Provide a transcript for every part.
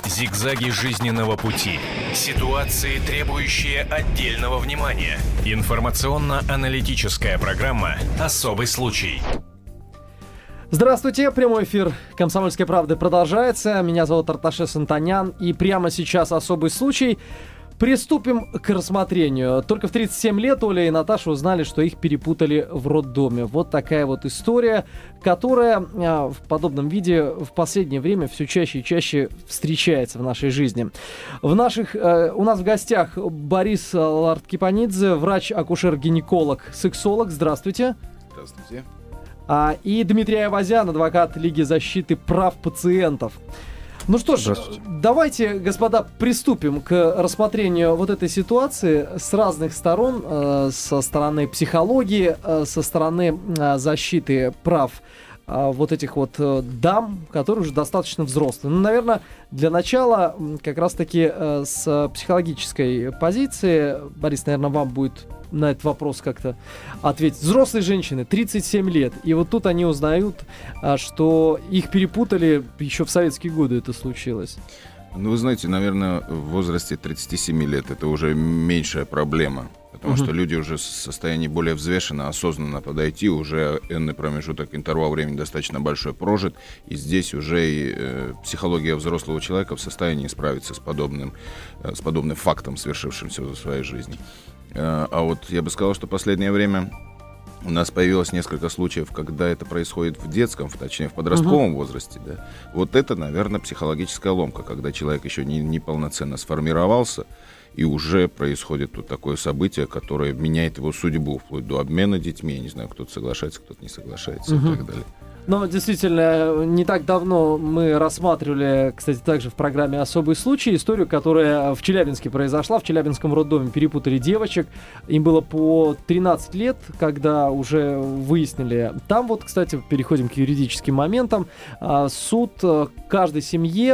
Зигзаги жизненного пути. Ситуации, требующие отдельного внимания. Информационно-аналитическая программа «Особый случай». Здравствуйте, прямой эфир «Комсомольской правды» продолжается. Меня зовут Арташес Антонян, и прямо сейчас особый случай. Приступим к рассмотрению. Только в 37 лет Оля и Наташа узнали, что их перепутали в роддоме. Вот такая вот история, которая в подобном виде в последнее время все чаще и чаще встречается в нашей жизни. У нас в гостях Борис Ларткипанидзе, врач-акушер-гинеколог, сексолог. Здравствуйте. Здравствуйте. И Дмитрий Айвазян, адвокат Лиги защиты прав пациентов. Ну что ж, давайте, господа, приступим к рассмотрению вот этой ситуации с разных сторон, со стороны психологии, со стороны защиты прав вот этих вот дам, которые уже достаточно взрослые. Ну, наверное, для начала как раз-таки с психологической позиции, Борис, наверное, вам будет на этот вопрос как-то ответить. Взрослые женщины, 37 лет, и вот тут они узнают, что их перепутали, еще в советские годы это случилось. Ну, вы знаете, наверное, в возрасте 37 лет это уже меньшая проблема, потому что люди уже в состоянии более взвешенно, осознанно подойти, уже энный промежуток, интервал времени достаточно большой прожит, и здесь уже и психология взрослого человека в состоянии справиться с подобным фактом, свершившимся в своей жизни. А вот я бы сказал, что в последнее время у нас появилось несколько случаев, когда это происходит в детском, точнее в подростковом возрасте. Да? Вот это, наверное, психологическая ломка, когда человек еще не полноценно сформировался, и уже происходит тут такое событие, которое меняет его судьбу, вплоть до обмена детьми. Я не знаю, кто-то соглашается, кто-то не соглашается и так далее. Но действительно, не так давно мы рассматривали, кстати, также в программе «Особый случай», историю, которая в Челябинске произошла. В Челябинском роддоме перепутали девочек. Им было по 13 лет, когда уже выяснили. Там вот, кстати, переходим к юридическим моментам. Суд каждой семье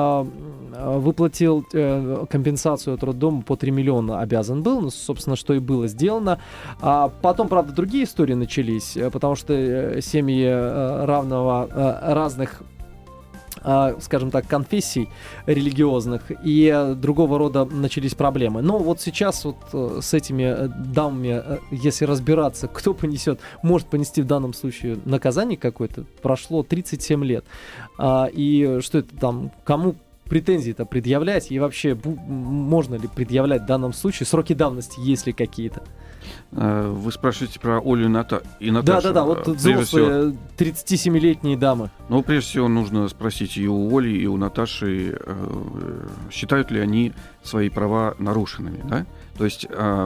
выплатил компенсацию от роддома по 3 миллиона обязан был. Ну, собственно, что и было сделано. Потом, правда, другие истории начались, потому что семьи разных, скажем так, конфессий религиозных, и другого рода начались проблемы. Но вот сейчас вот с этими дамами, если разбираться, кто может понести в данном случае наказание какое-то, прошло 37 лет. И что это там, кому претензии-то предъявлять, и вообще можно ли предъявлять в данном случае, сроки давности есть ли какие-то? Вы спрашиваете про Олю и Наташу? Да, вот взрослые 37-летние дамы. Ну, прежде всего, нужно спросить и у Оли, и у Наташи, считают ли они свои права нарушенными, да? То есть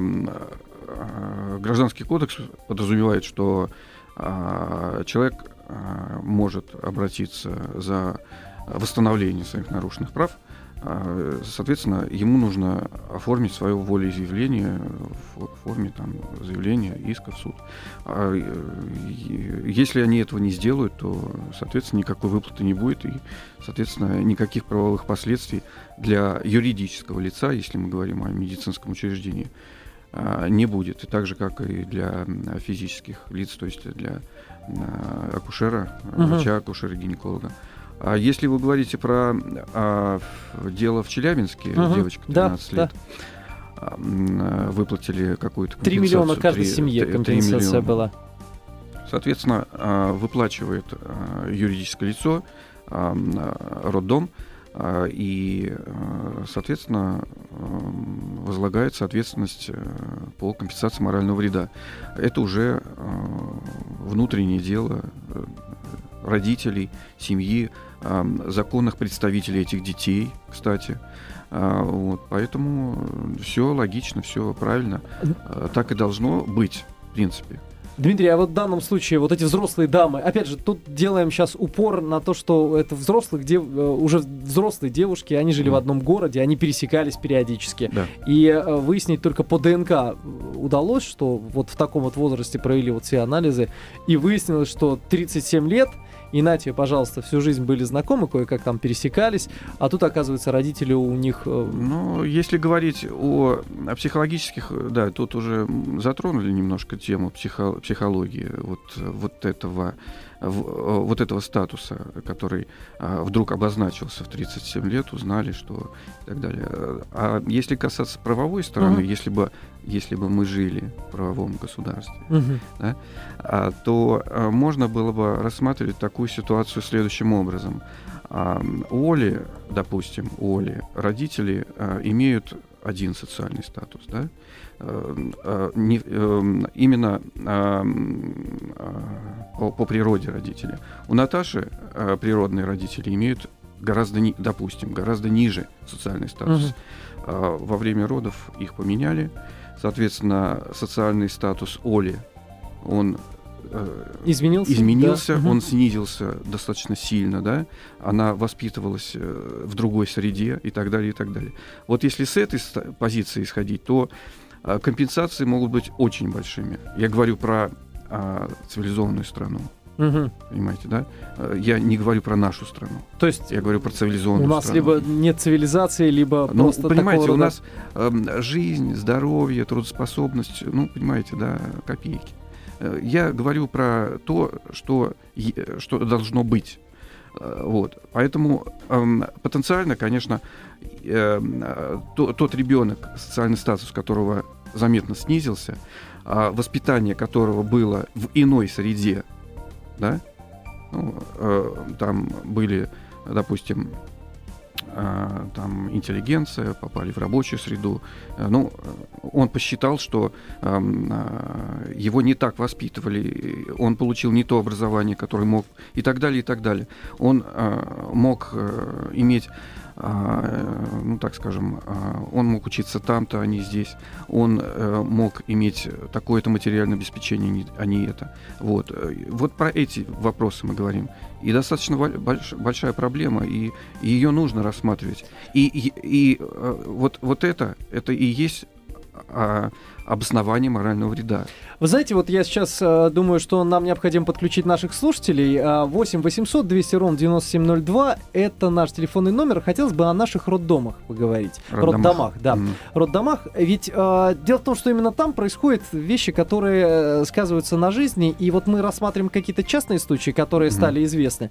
Гражданский кодекс подразумевает, что человек может обратиться за восстановление своих нарушенных прав. Соответственно, ему нужно оформить свое волеизъявление в форме заявления, иска в суд. Если они этого не сделают, то, соответственно, никакой выплаты не будет, и, соответственно, никаких правовых последствий для юридического лица, если мы говорим о медицинском учреждении, не будет. И так же, как и для физических лиц, то есть для акушера, врача, акушера-гинеколога. А если вы говорите про дело в Челябинске, девочка 13 лет, выплатили какую-то компенсацию. 3 миллиона каждой семье компенсация была. Соответственно, выплачивает юридическое лицо, роддом, и, соответственно, возлагается ответственность по компенсации морального вреда. Это уже внутреннее дело родителей, семьи, законных представителей этих детей, кстати. Поэтому все логично, все правильно. Так и должно быть, в принципе. Дмитрий, а вот в данном случае вот эти взрослые дамы, опять же, тут делаем сейчас упор на то, что это уже взрослые девушки, они жили в одном городе, они пересекались периодически. Да. И выяснить только по ДНК удалось, что вот в таком вот возрасте провели вот все анализы, и выяснилось, что 37 лет, и на тебе, пожалуйста, всю жизнь были знакомы, кое-как там пересекались, а тут, оказывается, родители у них... Ну, если говорить о психологических, да, тут уже затронули немножко тему психологии вот этого вот этого статуса, который вдруг обозначился в 37 лет, узнали, что и так далее. А если касаться правовой стороны, если бы мы жили в правовом государстве, да, то можно было бы рассматривать такую ситуацию следующим образом. У Оли, допустим, родители имеют один социальный статус, да? Именно по природе родители. У Наташи природные родители имеют гораздо ниже социальный статус. Во время родов их поменяли. Соответственно, социальный статус Оли, он изменился, да. Он снизился достаточно сильно, да? Она воспитывалась в другой среде и так далее, и так далее. Вот если с этой позиции исходить, то компенсации могут быть очень большими. Я говорю про цивилизованную страну. Понимаете, да? Я не говорю про нашу страну. То есть я говорю про цивилизованную страну. У нас либо нет цивилизации, либо просто понимаете, такого у нас жизнь, здоровье, трудоспособность, понимаете, да, копейки. Я говорю про то, что должно быть. Вот. Поэтому потенциально, конечно, тот ребенок, социальный статус которого заметно снизился, воспитание которого было в иной среде, да? Там были, допустим, там интеллигенция, попали в рабочую среду. Он посчитал, что его не так воспитывали, он получил не то образование, которое мог, и так далее, и так далее. Он мог иметь, так скажем, он мог учиться там-то, а не здесь. Он мог иметь такое-то материальное обеспечение, а не это. Вот про эти вопросы мы говорим. И достаточно большая проблема, и ее нужно рассматривать. И вот это и есть обоснование морального вреда. Вы знаете, вот я сейчас думаю, что нам необходимо подключить наших слушателей. 8 800 200 ровно 9702 — это наш телефонный номер. Хотелось бы о наших роддомах поговорить. Роддомах, да. Роддомах. Ведь дело в том, что именно там происходят вещи, которые сказываются на жизни. И вот мы рассматриваем какие-то частные случаи, которые стали известны.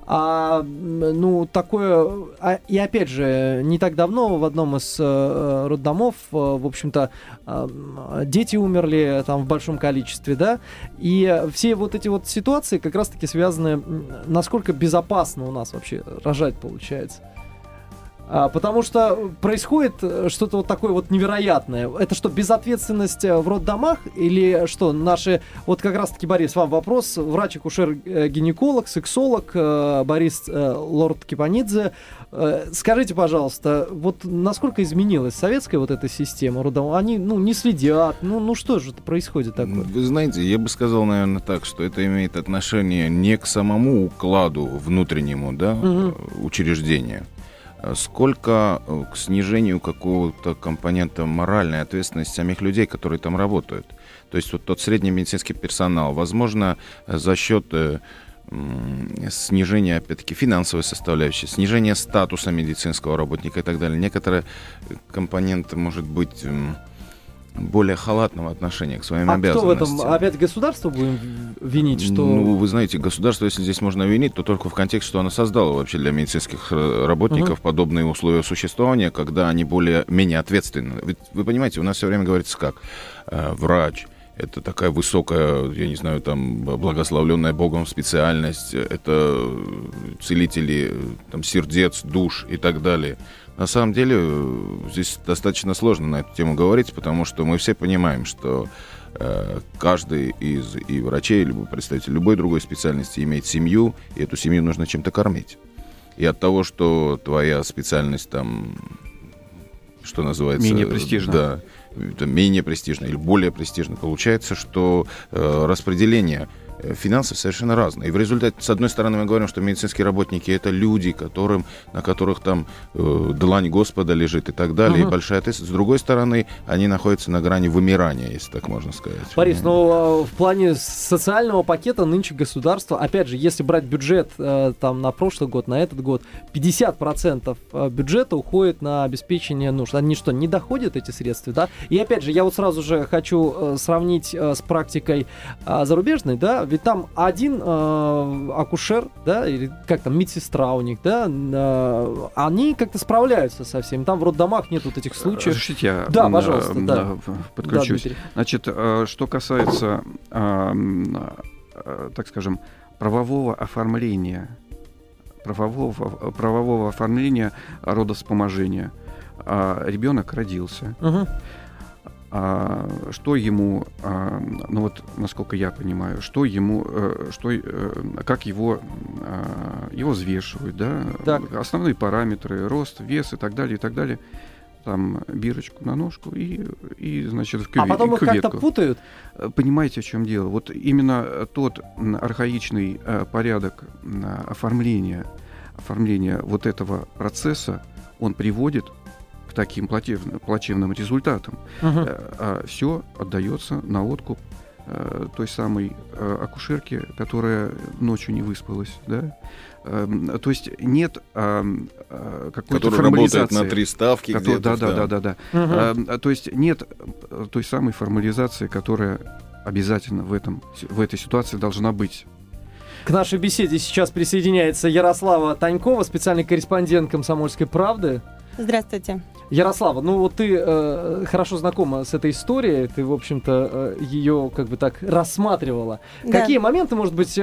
И опять же, не так давно в одном из роддомов, в общем-то, дети умерли там в большом количестве, да, и все вот эти вот ситуации как раз-таки связаны, насколько безопасно у нас вообще рожать получается. Потому что происходит что-то вот такое вот невероятное. Это что, безответственность в роддомах? Или что, наши... Вот как раз-таки, Борис, вам вопрос. Врач-акушер-гинеколог, сексолог Борис Лорд-Кипанидзе. Скажите, пожалуйста, вот насколько изменилась советская вот эта система роддомов? Они, не следят. Что же происходит такое? Вы знаете, я бы сказал, наверное, так, что это имеет отношение не к самому укладу внутреннему, да, учреждения, сколько к снижению какого-то компонента моральной ответственности самих людей, которые там работают. То есть вот тот средний медицинский персонал, возможно, за счет снижения, опять-таки, финансовой составляющей, снижения статуса медицинского работника и так далее. Некоторые компоненты, может быть, более халатного отношения к своим обязанностям. Кто в этом? Опять государство будем винить? Что... вы знаете, государство, если здесь можно винить, то только в контексте, что оно создало вообще для медицинских работников подобные условия существования, когда они более-менее ответственны. Ведь вы понимаете, у нас все время говорится как? Врач. Это такая высокая, я не знаю, там, благословленная Богом специальность. Это целители там, сердец, душ и так далее. На самом деле, здесь достаточно сложно на эту тему говорить, потому что мы все понимаем, что каждый из и врачей, либо представитель любой другой специальности имеет семью, и эту семью нужно чем-то кормить. И от того, что твоя специальность там, что называется... Менее престижна. Да, менее престижно или более престижно, получается, что распределение финансов совершенно разные. И в результате, с одной стороны, мы говорим, что медицинские работники — это люди, на которых там длань Господа лежит и так далее, и большая ответственность. С другой стороны, они находятся на грани вымирания, если так можно сказать. Борис, но в плане социального пакета нынче государство, опять же, если брать бюджет там на прошлый год, на этот год, 50% бюджета уходит на обеспечение нужд. Они что, не доходят, эти средства, да? И опять же, я вот сразу же хочу сравнить с практикой зарубежной, да? ведь там один акушер, да, или как там, медсестра у них, да, они как-то справляются со всем. Там в роддомах нет вот этих случаев. Разрешите я Да, пожалуйста, да. подключусь. Да, Значит, что касается, так скажем, правового оформления родовспоможения. Ребенок родился. Угу. Что ему, ну вот, насколько я понимаю, как его взвешивают, да? Так. Основные параметры, рост, вес и так далее. Там бирочку на ножку и значит, в кюветку. А потом их как-то путают? Понимаете, в чем дело? Вот именно тот архаичный порядок оформления вот этого процесса, он приводит к таким плачевным результатам. Все отдается на откуп той самой акушерке, которая ночью не выспалась, да? То есть нет какой-то который формализации. Работает на 3 ставки где-то. Да. То есть нет той самой формализации, которая обязательно в этой ситуации должна быть. К нашей беседе сейчас присоединяется Ярослава Танькова, специальный корреспондент «Комсомольской правды». Здравствуйте. Ярослава, ну вот ты хорошо знакома с этой историей, ты, в общем-то, ее как бы так рассматривала. Да. Какие моменты, может быть,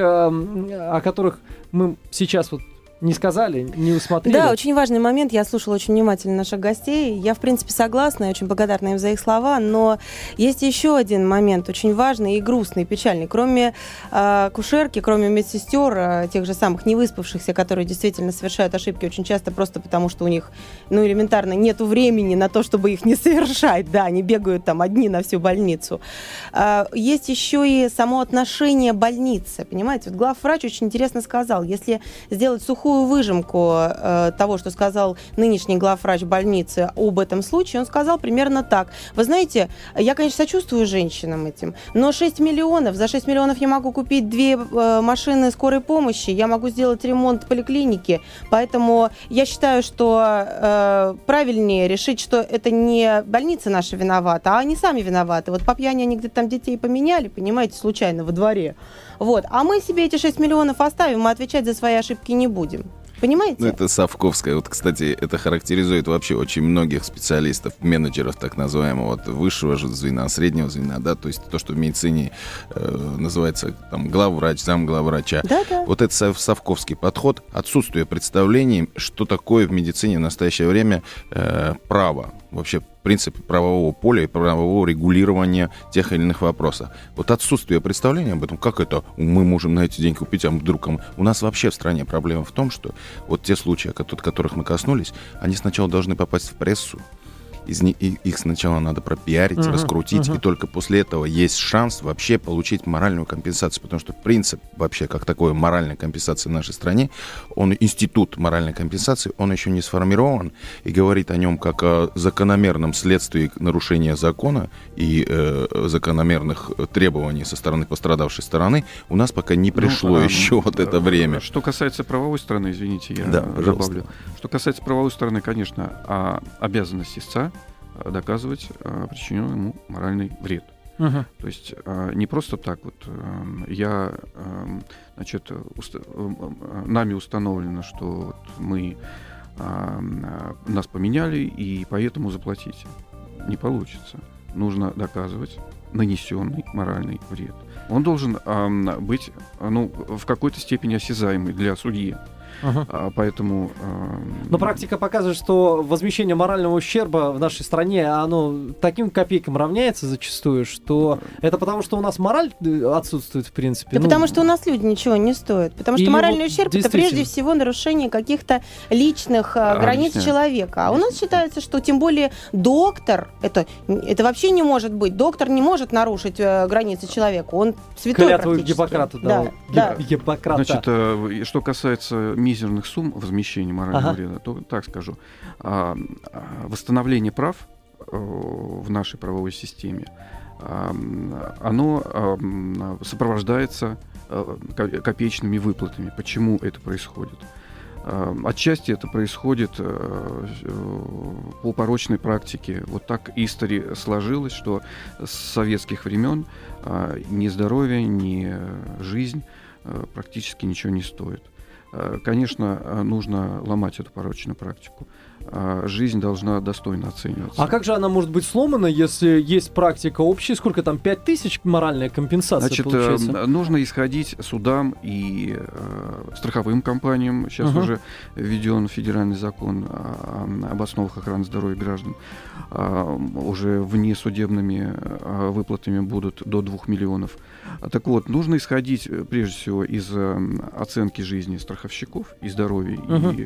о которых мы сейчас вот не сказали, не усмотрели? Да, очень важный момент. Я слушала очень внимательно наших гостей. Я, в принципе, согласна и очень благодарна им за их слова. Но есть еще один момент, очень важный и грустный, и печальный. Кроме акушерки, кроме медсестер, тех же самых невыспавшихся, которые действительно совершают ошибки очень часто просто потому, что у них, ну, элементарно нету времени на то, чтобы их не совершать. Да, они бегают там одни на всю больницу. Есть еще и само отношение больницы. Понимаете, вот главврач очень интересно сказал, если сделать сухую выжимку того, что сказал нынешний главврач больницы об этом случае, он сказал примерно так. Вы знаете, я, конечно, сочувствую женщинам этим, но 6 миллионов, за 6 миллионов я могу купить 2 машины скорой помощи, я могу сделать ремонт поликлиники, поэтому я считаю, что правильнее решить, что это не больница наша виновата, а они сами виноваты. Вот по пьяни они где-то там детей поменяли, понимаете, случайно во дворе. Вот. А мы себе эти 6 миллионов оставим, мы отвечать за свои ошибки не будем. Понимаете? Ну, это Совковская. Вот, кстати, это характеризует вообще очень многих специалистов, менеджеров так называемого вот, высшего звена, среднего звена, да, то есть то, что в медицине называется там главврач, замглавврача. Да. Вот это совковский подход, отсутствие представлений, что такое в медицине в настоящее время право. Вообще принципы правового поля и правового регулирования тех или иных вопросов. Вот отсутствие представления об этом, как это мы можем на эти деньги купить, а вдруг у нас вообще в стране проблема в том, что вот те случаи, которых мы коснулись, они сначала должны попасть в прессу, их сначала надо пропиарить, раскрутить, и только после этого есть шанс вообще получить моральную компенсацию, потому что принцип вообще как такой моральной компенсации в нашей стране, институт моральной компенсации, он еще не сформирован и говорит о нем как о закономерном следствии нарушения закона и закономерных требований со стороны пострадавшей стороны. У нас пока не пришло еще вот это время. Что касается правовой стороны, извините, я добавлю. Что касается правовой стороны, конечно, обязанность истца доказывать причиненный ему моральный вред. То есть не просто так вот нами установлено, что вот мы нас поменяли и поэтому заплатите. Не получится. Нужно доказывать нанесенный моральный вред. Он должен быть в какой-то степени осязаемый для судьи. Поэтому... Но практика показывает, что возмещение морального ущерба в нашей стране, оно таким копейкам равняется зачастую, что это потому, что у нас мораль отсутствует, в принципе. Да потому что у нас люди ничего не стоят. Потому что моральный ущерб — это прежде всего нарушение каких-то личных границ человека. А у нас считается, что тем более доктор, это вообще не может быть. Доктор не может нарушить границы человека. Он святой клятву практически. Гиппократу дал. Да. Гиппократа. Значит, что касается мизерных сумм возмещения морального вреда, то так скажу. Восстановление прав в нашей правовой системе, оно сопровождается копеечными выплатами. Почему это происходит? Отчасти это происходит по порочной практике. Вот так история сложилась, что с советских времен ни здоровье, ни жизнь практически ничего не стоит. Конечно, нужно ломать эту порочную практику. Жизнь должна достойно оцениваться. А как же она может быть сломана, если есть практика общая? Сколько там, 5000 моральная компенсация, значит, получается? Нужно исходить судам и страховым компаниям. Сейчас уже введен федеральный закон об основах охраны здоровья граждан. Уже внесудебными выплатами будут до 2 миллионов. Так вот, нужно исходить прежде всего из оценки жизни страховщиков и здоровья, и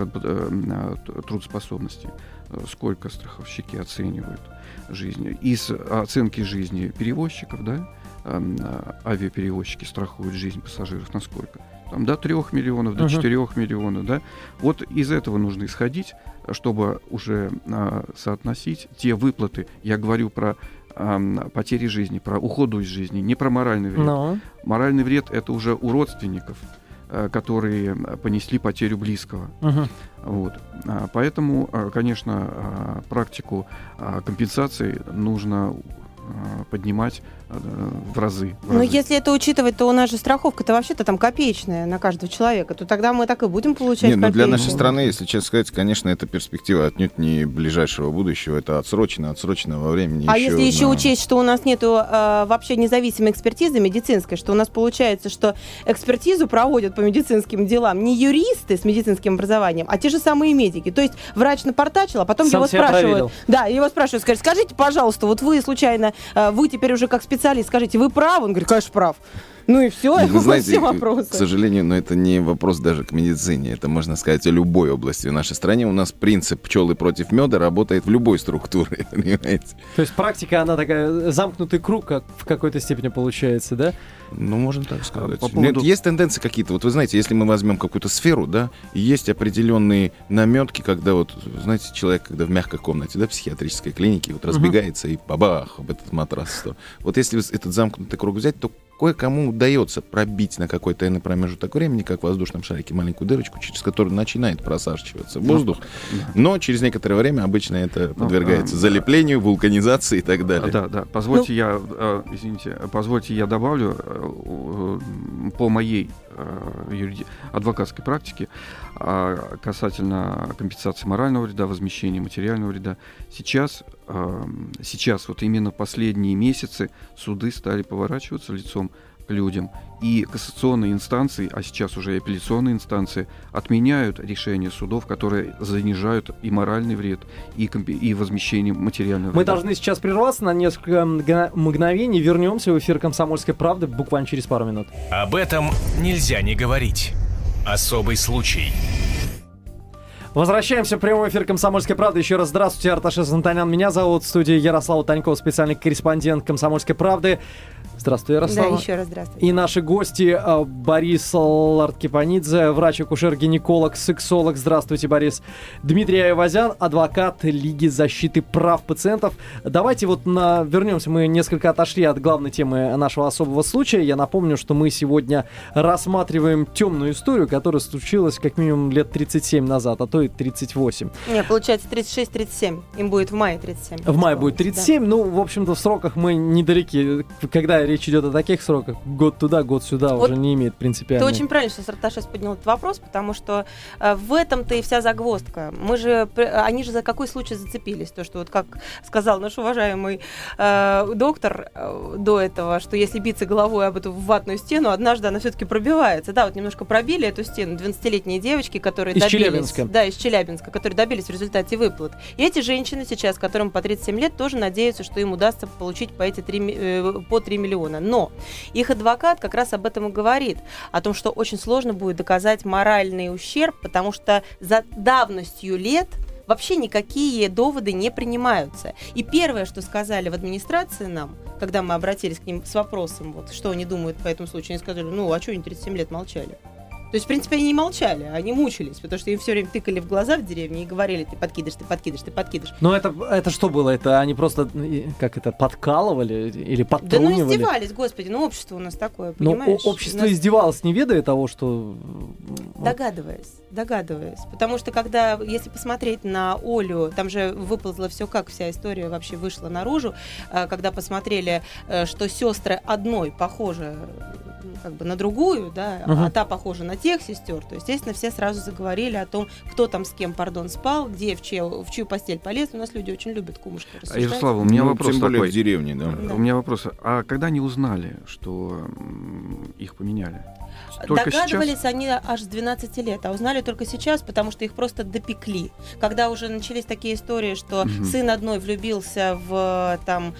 трудоспособности. Сколько страховщики оценивают жизнь. Из оценки жизни перевозчиков, да, авиаперевозчики страхуют жизнь пассажиров насколько? Там, до 3 миллионов, до 4 миллионов. Да? Вот из этого нужно исходить, чтобы уже соотносить те выплаты. Я говорю про потери жизни, про уходу из жизни, не про моральный вред. Моральный вред — это уже у родственников, которые понесли потерю близкого. Вот. Поэтому, конечно, практику компенсации нужно поднимать в разы. Но если это учитывать, то у нас же страховка-то вообще-то там копеечная на каждого человека, то тогда мы так и будем получать копейки. Для нашей страны, если честно сказать, конечно, это перспектива отнюдь не ближайшего будущего, это отсрочено во времени. А если еще учесть, что у нас нету вообще независимой экспертизы медицинской, что у нас получается, что экспертизу проводят по медицинским делам не юристы с медицинским образованием, а те же самые медики. То есть врач напортачил, а потом его спрашивают. Проверил. Да, его спрашивают, скажите, пожалуйста, вот вы случайно, вы теперь уже как специалист, скажите, вы правы? Он говорит, конечно, прав. Ну и все, вы знаете, все вопросы. К сожалению, но это не вопрос даже к медицине. Это, можно сказать, о любой области в нашей стране. У нас принцип пчелы против меда работает в любой структуре, понимаете? То есть практика, она такая, замкнутый круг как в какой-то степени получается, да? Ну, можно так сказать. Нет, есть тенденции какие-то. Вот вы знаете, если мы возьмем какую-то сферу, да, есть определенные наметки, когда вот, знаете, человек, когда в мягкой комнате, да, психиатрической клинике, вот разбегается и бабах об этот матрас. Вот если этот замкнутый круг взять, то кое-кому удается пробить на какой-то иной промежуток времени, как в воздушном шарике, маленькую дырочку, через которую начинает просачиваться воздух. Но через некоторое время обычно это подвергается залеплению, вулканизации и так далее. Да. Позвольте я добавлю по моей адвокатской практике касательно компенсации морального вреда, возмещения материального вреда. Сейчас вот именно последние месяцы суды стали поворачиваться лицом к людям, и кассационные инстанции, а сейчас уже и апелляционные инстанции, отменяют решения судов, которые занижают и моральный вред, и возмещение материального вреда. Мы должны сейчас прерваться на несколько мгновений. Вернемся в эфир «Комсомольской правды» буквально через пару минут. Об этом нельзя не говорить. Особый случай. Возвращаемся в прямой эфир «Комсомольской правды». Еще раз здравствуйте, Арташес Антонян меня зовут. В студии Ярослава Танькова, специальный корреспондент «Комсомольской правды». Здравствуй, Ярослава. Да, еще раз здравствуйте. И наши гости Борис Ларткипанидзе, врач-акушер-гинеколог, сексолог. Здравствуйте, Борис. Дмитрий Айвазян, адвокат Лиги защиты прав пациентов. Давайте вот вернемся. Мы несколько отошли от главной темы нашего особого случая. Я напомню, что мы сегодня рассматриваем темную историю, которая случилась как минимум лет 37 назад, а то и 38. Нет, получается 36-37. Им будет в мае 37. В мае будет 37. Да. Ну, в общем-то, в сроках мы недалеки. Когда речь идет о таких сроках, год туда, год сюда, вот уже не имеет принципиально. Это очень правильно, что Арташес поднял этот вопрос, потому что в этом-то и вся загвоздка. Они же за какой случай зацепились? То, что вот как сказал наш уважаемый доктор до этого, что если биться головой об эту ватную стену, однажды она все-таки пробивается. Да, вот немножко пробили эту стену 12-летние девочки, которые из Челябинска. Да, из Челябинска, которые добились в результате выплат. И эти женщины сейчас, которым по 37 лет, тоже надеются, что им удастся получить по 3 миллиона. Но их адвокат как раз об этом и говорит, о том, что очень сложно будет доказать моральный ущерб, потому что за давностью лет вообще никакие доводы не принимаются. И первое, что сказали в администрации нам, когда мы обратились к ним с вопросом, вот, что они думают по этому случаю, они сказали, а что они 37 лет молчали? То есть, в принципе, они не молчали, они мучились, потому что им все время тыкали в глаза в деревне и говорили: ты подкидыш, ты подкидыш, ты подкидыш. Но это что было? Это они просто, как это, подкалывали или Да подтрунивали? ну издевались, господи, ну общество у нас такое, Но понимаешь? общество У нас- издевалось, не ведая того, что... Догадываясь. Потому что когда, если посмотреть на Олю, там же выползло все, как вся история вообще вышла наружу, когда посмотрели, что сестры одной похожи как бы на другую, да, а та похожа на тех сестер, то, естественно, все сразу заговорили о том, кто там с кем, спал, где, в чью постель полез. У нас люди очень любят кумушки рассуждать. Ярослава, у меня вопрос тем более такой. в деревне, да. Да. У меня вопрос. А когда они узнали, что их поменяли? Только Догадывались сейчас? они аж с 12 лет, а узнали только сейчас, потому что их просто допекли. Когда уже начались такие истории, что сын одной влюбился в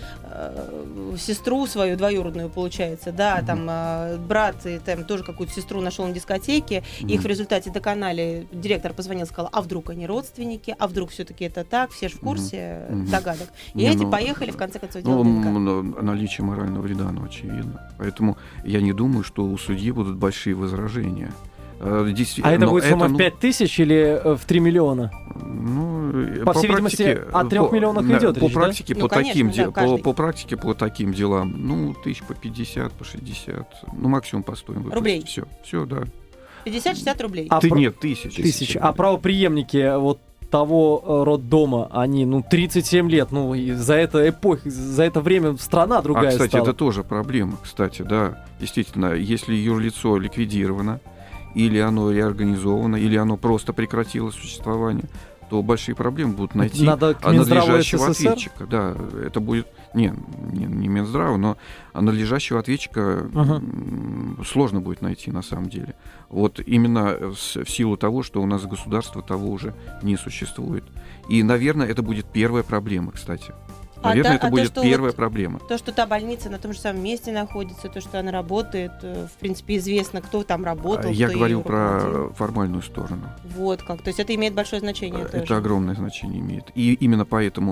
сестру свою, двоюродную, получается, да, там брат и там тоже какую-то сестру нашел на дискотеке, их в результате доконали, директор позвонил, сказал: а вдруг они родственники, а вдруг все-таки это так, все же в курсе догадок. И эти поехали, в конце концов, делать ДНК. Наличие морального вреда, оно очевидно. Поэтому я не думаю, что у судьи будут большие возражения. А это будет сумма в 5 тысяч или в 3 миллиона? По всей видимости, о 3 миллионах идет речь, по практике, да? по, Ну, конечно, таким, да, по практике, по таким делам, тысяч по 50, по 60, максимум по 100 Рублей. Все, да. 50-60 рублей. Нет, тысяч. А правопреемники вот того роддома, они, 37 лет, и за это время страна другая кстати, стала. это тоже проблема, кстати, да. Действительно, если юрлицо ликвидировано, или оно реорганизовано, или оно просто прекратило существование, то большие проблемы будут найти Надо к Минздраву надлежащего СССР? ответчика. Да, это будет... Не Минздрава, но надлежащего ответчика сложно будет найти на самом деле. Вот именно в силу того, что у нас государство того уже не существует. И, наверное, это будет первая проблема, кстати. Наверное, это будет первая проблема. То, что та больница на том же самом месте находится, то, что она работает, в принципе, известно, кто там работал. Я кто говорил ею руководил. про формальную сторону. Вот как. То есть это имеет большое значение тоже. Это огромное значение имеет. И именно по этому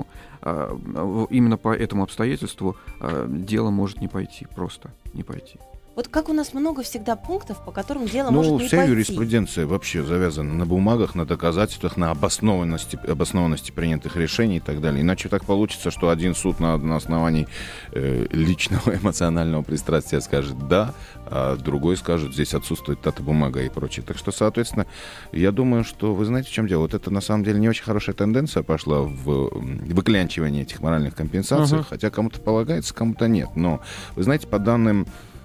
обстоятельству дело может не пойти, просто не пойти. Вот как у нас много всегда пунктов, по которым дело может не вся пойти. юриспруденция вообще завязана на бумагах, на доказательствах, на обоснованности принятых решений и так далее. Иначе так получится, что один суд на основании личного эмоционального пристрастия скажет «да», а другой скажет «здесь отсутствует та-то бумага» и прочее. Так что, соответственно, я думаю, что вы знаете, в чем дело? Вот это, на самом деле, не очень хорошая тенденция пошла в выклянчивании этих моральных компенсаций, хотя кому-то полагается, кому-то нет. Но, вы знаете, по данным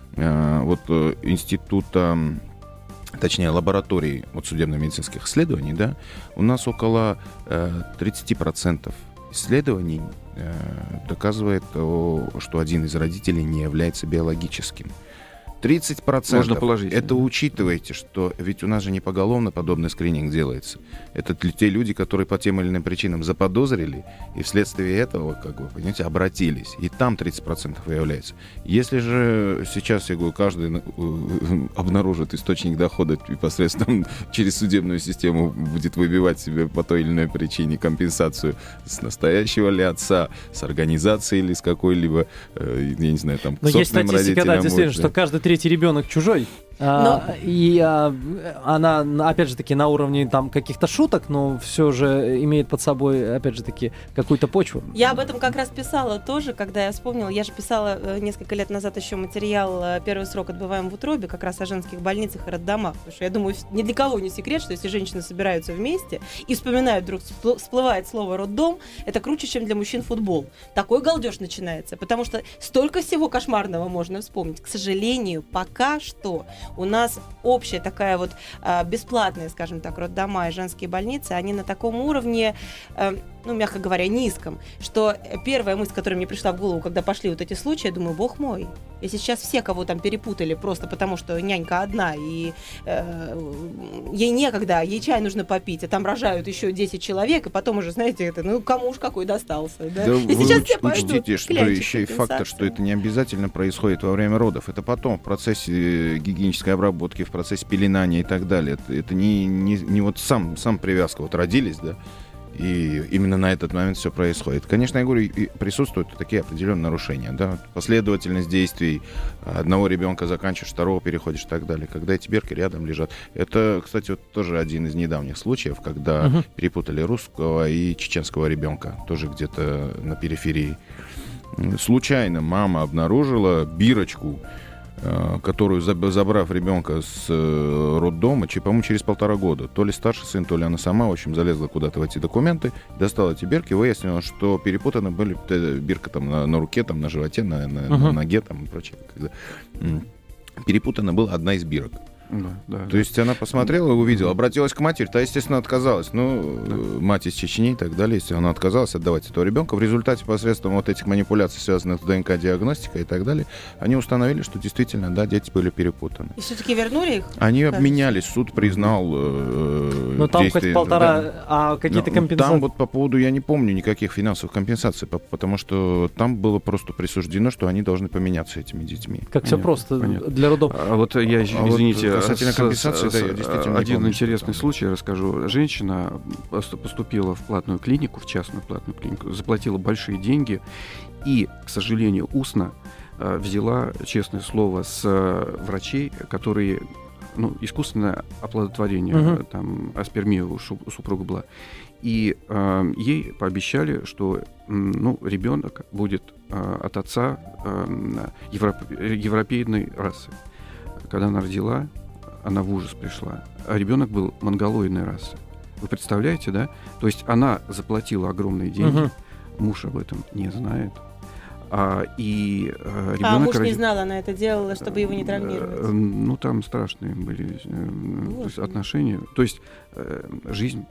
института, точнее, лаборатории судебно-медицинских исследований, да, у нас около 30% исследований доказывает, что один из родителей не является биологическим. 30%. Можно положительно. Это учитывайте, что ведь у нас же не поголовно подобный скрининг делается. Это те люди, которые по тем или иным причинам заподозрили и вследствие этого, понимаете, обратились. И там 30% выявляется. Если же сейчас, я говорю, каждый обнаружит источник дохода и посредством через судебную систему будет выбивать себе по той или иной причине компенсацию с настоящего ли отца, с организацией или с какой-либо, я не знаю, там, Но есть собственным статистика, родителям. да, действительно, что каждый третий ребенок чужой. Она, опять же таки, на уровне там каких-то шуток, но все же имеет под собой, опять же таки, какую-то почву. Я об этом как раз писала тоже, когда я вспомнила. Я же писала несколько лет назад еще материал «Первый срок отбываем в утробе», как раз о женских больницах и роддомах. Потому что я думаю, ни для кого не секрет, что если женщины собираются вместе и вспоминают, вдруг всплывает слово «роддом», это круче, чем для мужчин футбол. Такой галдеж начинается, потому что столько всего кошмарного можно вспомнить. К сожалению, пока что у нас общая такая бесплатная, скажем так, роддома и женские больницы, они на таком уровне, мягко говоря, низком, что первая мысль, которая мне пришла в голову, когда пошли вот эти случаи, я думаю, бог мой, если сейчас все, кого там перепутали просто потому, что нянька одна, и ей некогда, ей чай нужно попить, а там рожают еще 10 человек, и потом уже, знаете, кому уж какой достался. Да? Да, И вы сейчас все пойдут учтите, что клянчить еще и фактор, компенсацию. что это не обязательно происходит во время родов. Это потом в процессе гигиенической обработки, в процессе пеленания и так далее. Это не сам привязка. Родились, да, И именно на этот момент все происходит. Конечно, я говорю, и присутствуют такие определенные нарушения. Да? Последовательность действий. Одного ребенка заканчиваешь, второго переходишь и так далее. Когда эти бирки рядом лежат. Это, кстати, вот тоже один из недавних случаев, когда перепутали русского и чеченского ребенка. Тоже где-то на периферии. Случайно мама обнаружила бирочку, которую, забрав ребенка с роддома, по-моему, через 1,5 года. То ли старший сын, то ли она сама, в общем, залезла куда-то в эти документы, достала эти бирки, выяснила, что перепутаны были бирка там на руке, там, на животе, на ноге там, и прочее. Перепутана была одна из бирок. То есть она посмотрела, увидела, обратилась к матери, та, естественно, отказалась. Мать из Чечни и так далее, если она отказалась отдавать этого ребенка. В результате, посредством вот этих манипуляций, связанных с ДНК-диагностикой и так далее, они установили, что действительно, да, дети были перепутаны. И все-таки вернули их? Они обменялись, суд признал Но там хоть 1,5, а какие-то компенсации? Там вот по поводу, я не помню никаких финансовых компенсаций, потому что там было просто присуждено, что они должны поменяться этими детьми. Как все просто для родов. А вот я, извините, касательно компенсации, да, я действительно один помню, интересный случай расскажу. Женщина поступила в платную клинику, в частную платную клинику, заплатила большие деньги и, к сожалению, устно взяла, честное слово, с врачей, которые, искусственное оплодотворение, там аспермия у супруга была, и ей пообещали, что ребенок будет от отца европейной расы. Когда она родила, она в ужас пришла. А ребенок был монголоидной расы. Вы представляете, да? То есть она заплатила огромные деньги, муж об этом не знает. Муж не знал, она это делала, чтобы его не травмировать. Там страшные были отношения. То есть жизнь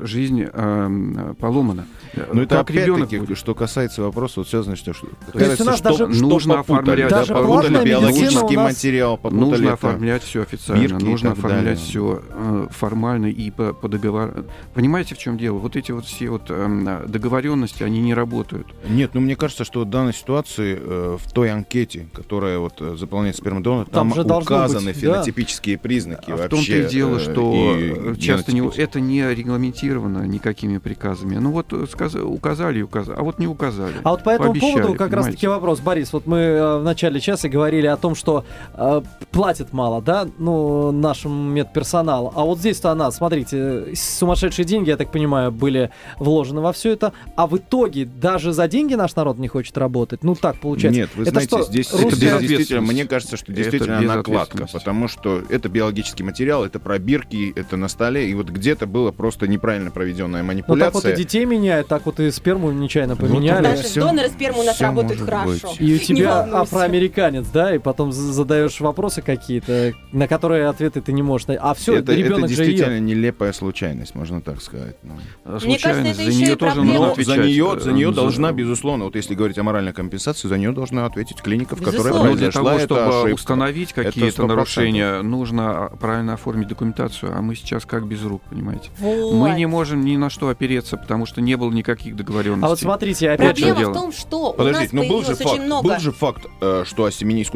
поломана. Это опять-таки, что касается вопроса, связано, что то есть у нас даже нужно оформлять, даже попутали биологический материал, нужно оформлять все официально, нужно оформлять все формально и по договору. Понимаете, в чем дело? Вот эти вот все договоренности, они не работают. Нет, мне кажется, что в данной ситуации в той анкете, которая заполняет спермодонор, там указаны фенотипические признаки. В том-то и дело, что часто это не регламентировано никакими приказами. Указали, а вот не указали. А вот по этому поводу как раз-таки вопрос, Борис. Вот мы в начале часа говорили о том, что платят мало, да, нашему медперсоналу. А вот здесь-то смотрите, сумасшедшие деньги, я так понимаю, были вложены во все это. А в итоге даже за деньги наш народ не хочет работать. Так получается. Нет, вы знаете, здесь действительно, мне кажется, что действительно накладка, потому что это биологический материал, это пробирки, это на столе, и вот где-то было просто неправильно проведенная манипуляция. Так вот и детей меняют, так вот и сперму нечаянно поменяли. Наши доноры сперму у нас работают хорошо. И у тебя афроамериканец, да, и потом задаешь вопросы какие-то, на которые ответы ты не можешь найти. А все, ребенок же это действительно нелепая случайность, можно так сказать. Мне кажется, это за нее тоже нужно отвечать. За нее должна, безусловно, вот если говорить о моральной компенсации, за нее должна ответить клиника, в которой произошла для того, эта чтобы ошибка. установить какие-то нарушения, нужно правильно оформить документацию, а мы сейчас как без рук, понимаете? Вот. Мы не можем ни на что опереться, потому что не было никаких договоренностей. А вот смотрите, опять же... Проблема в том, что у нас появилось очень много... Был же факт, что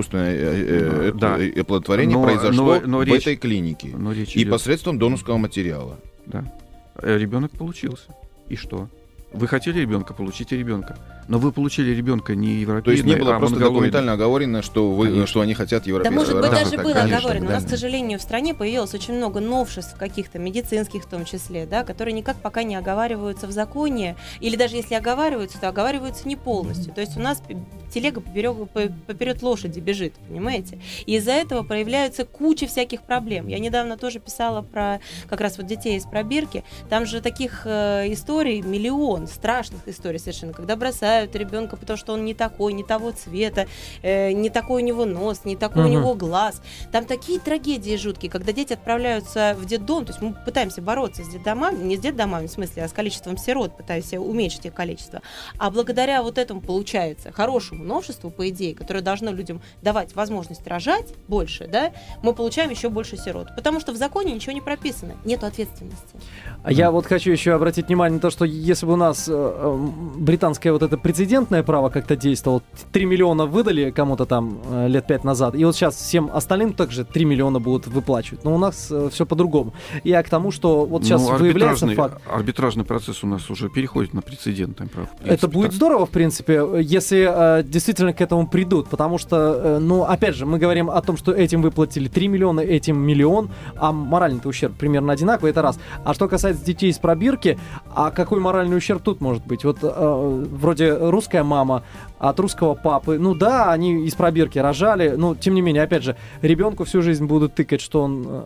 искусственное оплодотворение произошло в этой клинике. И посредством донорского материала. Да. Ребенок получился. И что? Вы хотели ребенка, получите ребенка. Но вы получили ребенка не европейного. То есть не было просто документально оговорено, что они хотят европейского. Да, может быть, даже было оговорено. У нас, к сожалению, в стране появилось очень много новшеств, каких-то медицинских в том числе, да, которые никак пока не оговариваются в законе. Или даже если оговариваются, то оговариваются не полностью. То есть у нас телега поперед лошади бежит, понимаете? И из-за этого проявляются куча всяких проблем. Я недавно тоже писала про как раз вот детей из пробирки. Там же таких историй миллион, страшных историй совершенно, когда бросают ребенка, потому что он не такой, не того цвета, не такой у него нос, не такой у него глаз. Там такие трагедии жуткие, когда дети отправляются в детдом, то есть мы пытаемся бороться с детдомами, не с детдомами в смысле, а с количеством сирот, пытаемся уменьшить их количество. А благодаря вот этому получается хорошему этому новшеству, по идее, которое должно людям давать возможность рожать больше, да, мы получаем еще больше сирот. Потому что в законе ничего не прописано, нету ответственности. Я вот хочу еще обратить внимание на то, что если бы у нас британское вот это прецедентное право как-то действовало, 3 миллиона выдали кому-то там лет 5 назад, и вот сейчас всем остальным также 3 миллиона будут выплачивать. Но у нас все по-другому. Я к тому, что вот сейчас выявляется факт. Арбитражный процесс у нас уже переходит на прецедентное право. Это будет здорово, в принципе, если действительно к этому придут, потому что, ну, опять же, мы говорим о том, что этим выплатили 3 миллиона, этим миллион, а моральный ущерб примерно одинаковый, это раз. А что касается детей из пробирки, а какой моральный ущерб тут может быть? Вот вроде русская мама от русского папы, ну да, они из пробирки рожали, но тем не менее, опять же, ребенку всю жизнь будут тыкать, что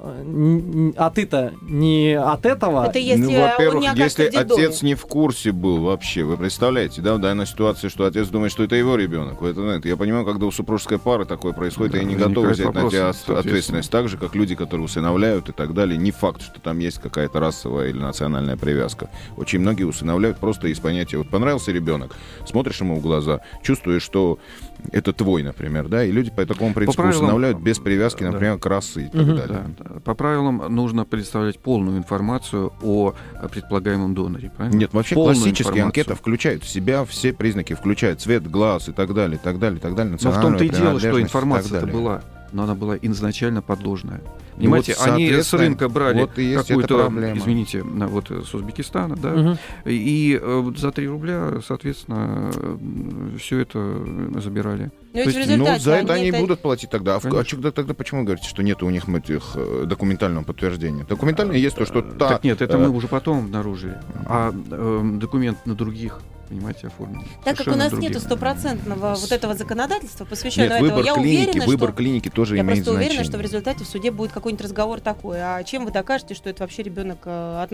он а ты-то не от этого. Это если, ну, во-первых, он не если окажется в детдоме. отец не в курсе был вообще, вы представляете, да, в данной ситуации, что отец думает, что это его ребенок. Я понимаю, когда у супружеской пары такое происходит, Да, и не готовы взять на тебя соответственно. ответственность. Так же, как люди, которые усыновляют и так далее. Не факт, что там есть какая-то расовая или национальная привязка. Очень многие усыновляют просто из понятия, вот понравился ребенок, смотришь ему в глаза, чувствуешь, что это твой, например, да, и люди по такому принципу усыновляют без привязки, например, к расе и так далее. Да. По правилам нужно предоставлять полную информацию о предполагаемом доноре, правильно? Нет, вообще Полную классическая информацию. анкета включает в себя все признаки, включает цвет глаз и так далее, так далее, так далее, Но в национальную том-то и дело, что принадлежность и так информация-то далее. была, но она была изначально подложная. Ну Понимаете, вот, они с соответственно, рынка брали вот и есть эта какую-то, проблема. извините, вот с Узбекистана, да, Мгм. и за 3 рубля, соответственно, все это забирали. Но ведь То в есть, результате Ну, за это они это- будут платить тогда. Конечно. Тогда почему вы говорите, что нет у них этих документального подтверждения? Документально есть то, что та... Так нет, это мы уже потом обнаружили. А документ на других, понимаете, оформлен. Так как у Совершенно нас других. нету стопроцентного вот этого законодательства, посвященного Нет, этому, я уверена, выбор что... клиники тоже Я имеет просто уверена, значение. что в результате в суде будет какой-нибудь разговор такой. А чем вы докажете, что это вообще ребенок от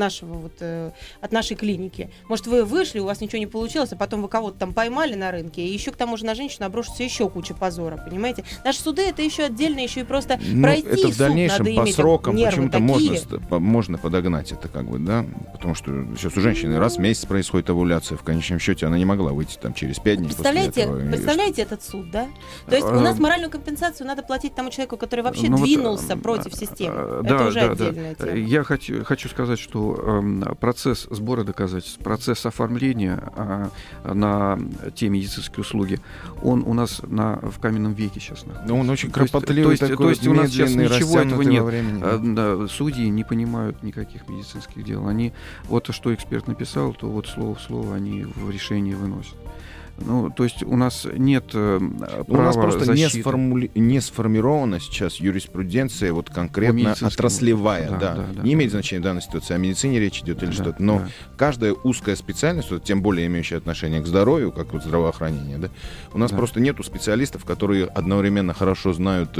нашей клиники? Может, вы вышли, у вас ничего не получилось, а потом вы кого-то там поймали на рынке, и еще к тому же на женщину обрушится еще куча позора, понимаете? Наши суды это еще отдельно, еще и просто пройти это в суд дальнейшем надо по иметь срокам нервы почему-то такие. можно подогнать это, как бы, да, потому что сейчас у женщины раз в месяц происходит овуляция, в конечном счете она не могла выйти там через 5 дней Представляете, после этого. представляете этот суд, да? То есть у нас моральную компенсацию надо платить тому человеку, который вообще Ну вот, двинулся против системы. Да, Это уже да, отдельная да. тема. Я хочу сказать, что процесс сбора доказательств, процесс оформления на те медицинские услуги, он у нас в каменном веке сейчас находится. Ну, он очень То есть- кропотливый, то такой есть у нас сейчас медленный, ничего этого растянутый нет. во времени. Да, судьи не понимают никаких медицинских дел. Они вот что эксперт написал, то вот слово в слово они в решении выносят. Ну, то есть у нас нет права У нас просто защиты. не сформирована сейчас юриспруденция вот По конкретно медицинскому. отраслевая. Да, Да, да, не да. имеет значения в данной ситуации, о медицине речь идет или Да, что-то. Но да. каждая узкая специальность, вот, тем более имеющая отношение к здоровью, как вот здравоохранение, да, у нас Да. просто нету специалистов, которые одновременно хорошо знают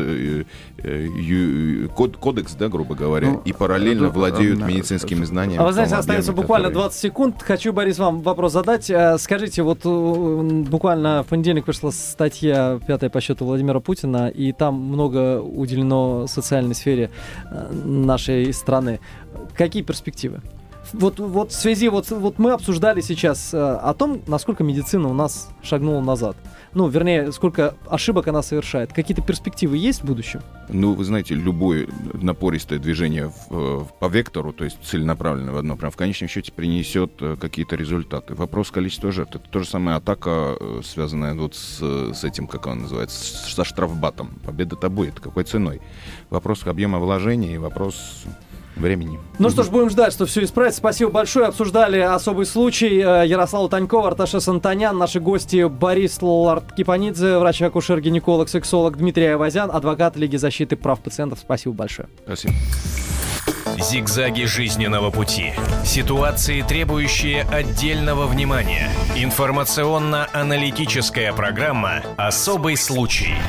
кодекс, да, грубо говоря, Ну, и параллельно да, владеют да. медицинскими знаниями. А вы знаете, в том остается объеме, буквально который- 20 секунд. Хочу, Борис, вам вопрос задать. Скажите, вот буквально в понедельник вышла статья, 5-я по счету Владимира Путина, и там много уделено социальной сфере нашей страны. Какие перспективы? Вот в связи, вот мы обсуждали сейчас о том, насколько медицина у нас шагнула назад. Ну, вернее, сколько ошибок она совершает. Какие-то перспективы есть в будущем? Ну, вы знаете, любое напористое движение по вектору, то есть целенаправленное в одно, прям в конечном счете принесет какие-то результаты. Вопрос количества жертв. Это то же самое атака, связанная вот с этим, как он называется, со штрафбатом. Победа-то будет. Какой ценой? Вопрос объема вложений, вопрос времени. Ну что ж, будем ждать, что все исправится. Спасибо большое. Обсуждали особый случай. Ярослава Танькова, Арташес Антонян. Наши гости: Борис Ларт-Кипанидзе, врач-акушер-гинеколог, сексолог, Дмитрий Айвазян, адвокат Лиги защиты прав пациентов. Спасибо большое. Спасибо. Зигзаги жизненного пути. Ситуации, требующие отдельного внимания. Информационно-аналитическая программа «Особый случай».